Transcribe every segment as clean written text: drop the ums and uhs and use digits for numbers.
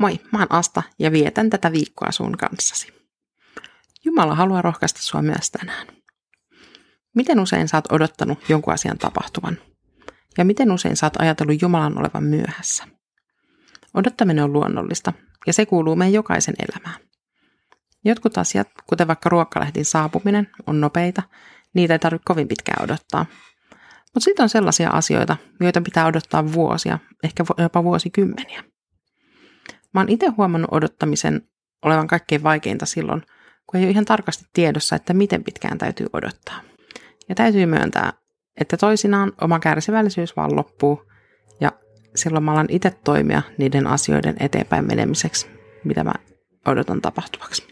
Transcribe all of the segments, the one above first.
Moi, mä oon Asta ja vietän tätä viikkoa sun kanssasi. Jumala haluaa rohkaista sua myös tänään. Miten usein sä oot odottanut jonkun asian tapahtuvan? Ja miten usein sä oot ajatellut Jumalan olevan myöhässä? Odottaminen on luonnollista ja se kuuluu meidän jokaisen elämään. Jotkut asiat, kuten vaikka ruokalehdin saapuminen, on nopeita. Niitä ei tarvitse kovin pitkään odottaa. Mutta sitten on sellaisia asioita, joita pitää odottaa vuosia, ehkä jopa vuosikymmeniä. Mä oon itse huomannut odottamisen olevan kaikkein vaikeinta silloin, kun ei ole ihan tarkasti tiedossa, että miten pitkään täytyy odottaa. Ja täytyy myöntää, että toisinaan oma kärsivällisyys vaan loppuu ja silloin mä alan itse toimia niiden asioiden eteenpäin menemiseksi, mitä mä odotan tapahtuvaksi.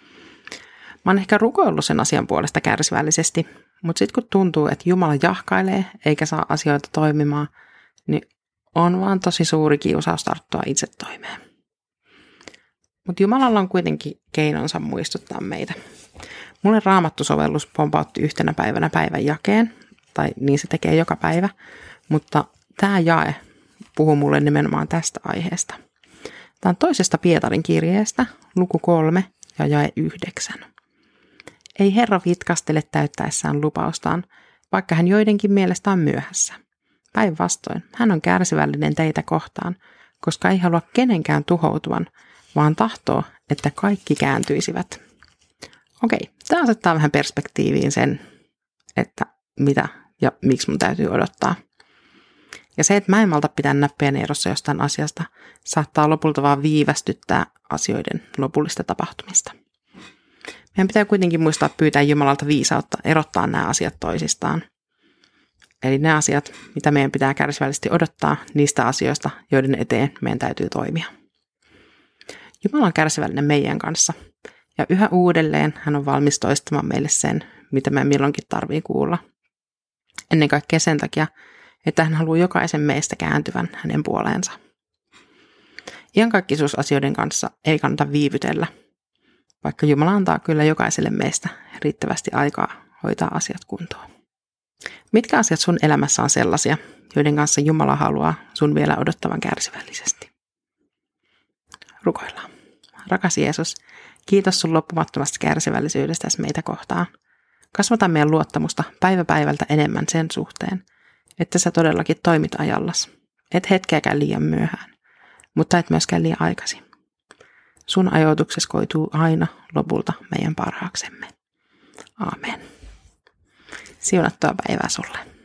Mä oon ehkä rukoillut sen asian puolesta kärsivällisesti, mutta sitten kun tuntuu, että Jumala jahkailee eikä saa asioita toimimaan, niin on vaan tosi suuri kiusaus tarttua itse toimeen. Mutta Jumalalla on kuitenkin keinonsa muistuttaa meitä. Mulle Raamattu-sovellus pompautti yhtenä päivänä päivän jakeen, tai niin se tekee joka päivä, mutta tämä jae puhuu mulle nimenomaan tästä aiheesta. Tämä on toisesta Pietarin kirjeestä, luku 3 ja jae 9. Ei Herra vitkastele täyttäessään lupaustaan, vaikka hän joidenkin mielestä on myöhässä. Päinvastoin, hän on kärsivällinen teitä kohtaan, koska ei halua kenenkään tuhoutuvan, vaan tahtoo, että kaikki kääntyisivät. Okei, tämä asettaa vähän perspektiiviin sen, että mitä ja miksi mun täytyy odottaa. Ja se, että mä en malta pitää näppiäni erossa jostain asiasta, saattaa lopulta vaan viivästyttää asioiden lopullista tapahtumista. Meidän pitää kuitenkin muistaa pyytää Jumalalta viisautta erottaa nämä asiat toisistaan. Eli ne asiat, mitä meidän pitää kärsivällisesti odottaa, niistä asioista, joiden eteen meidän täytyy toimia. Jumala on kärsivällinen meidän kanssa, ja yhä uudelleen hän on valmis toistamaan meille sen, mitä me milloinkin tarvii kuulla. Ennen kaikkea sen takia, että hän haluaa jokaisen meistä kääntyvän hänen puoleensa. Iankaikkisuusasioiden kanssa ei kannata viivytellä, vaikka Jumala antaa kyllä jokaiselle meistä riittävästi aikaa hoitaa asiat kuntoon. Mitkä asiat sun elämässä on sellaisia, joiden kanssa Jumala haluaa sun vielä odottavan kärsivällisesti? Rukoillaan. Rakas Jeesus, kiitos sun loppumattomasta kärsivällisyydestäsi meitä kohtaan. Kasvata meidän luottamusta päivä päivältä enemmän sen suhteen, että sä todellakin toimit ajallas. Et hetkeäkään liian myöhään, mutta et myöskään liian aikaisin. Sun ajoituksesi koituu aina lopulta meidän parhaaksemme. Aamen. Siunattua päivää sulle.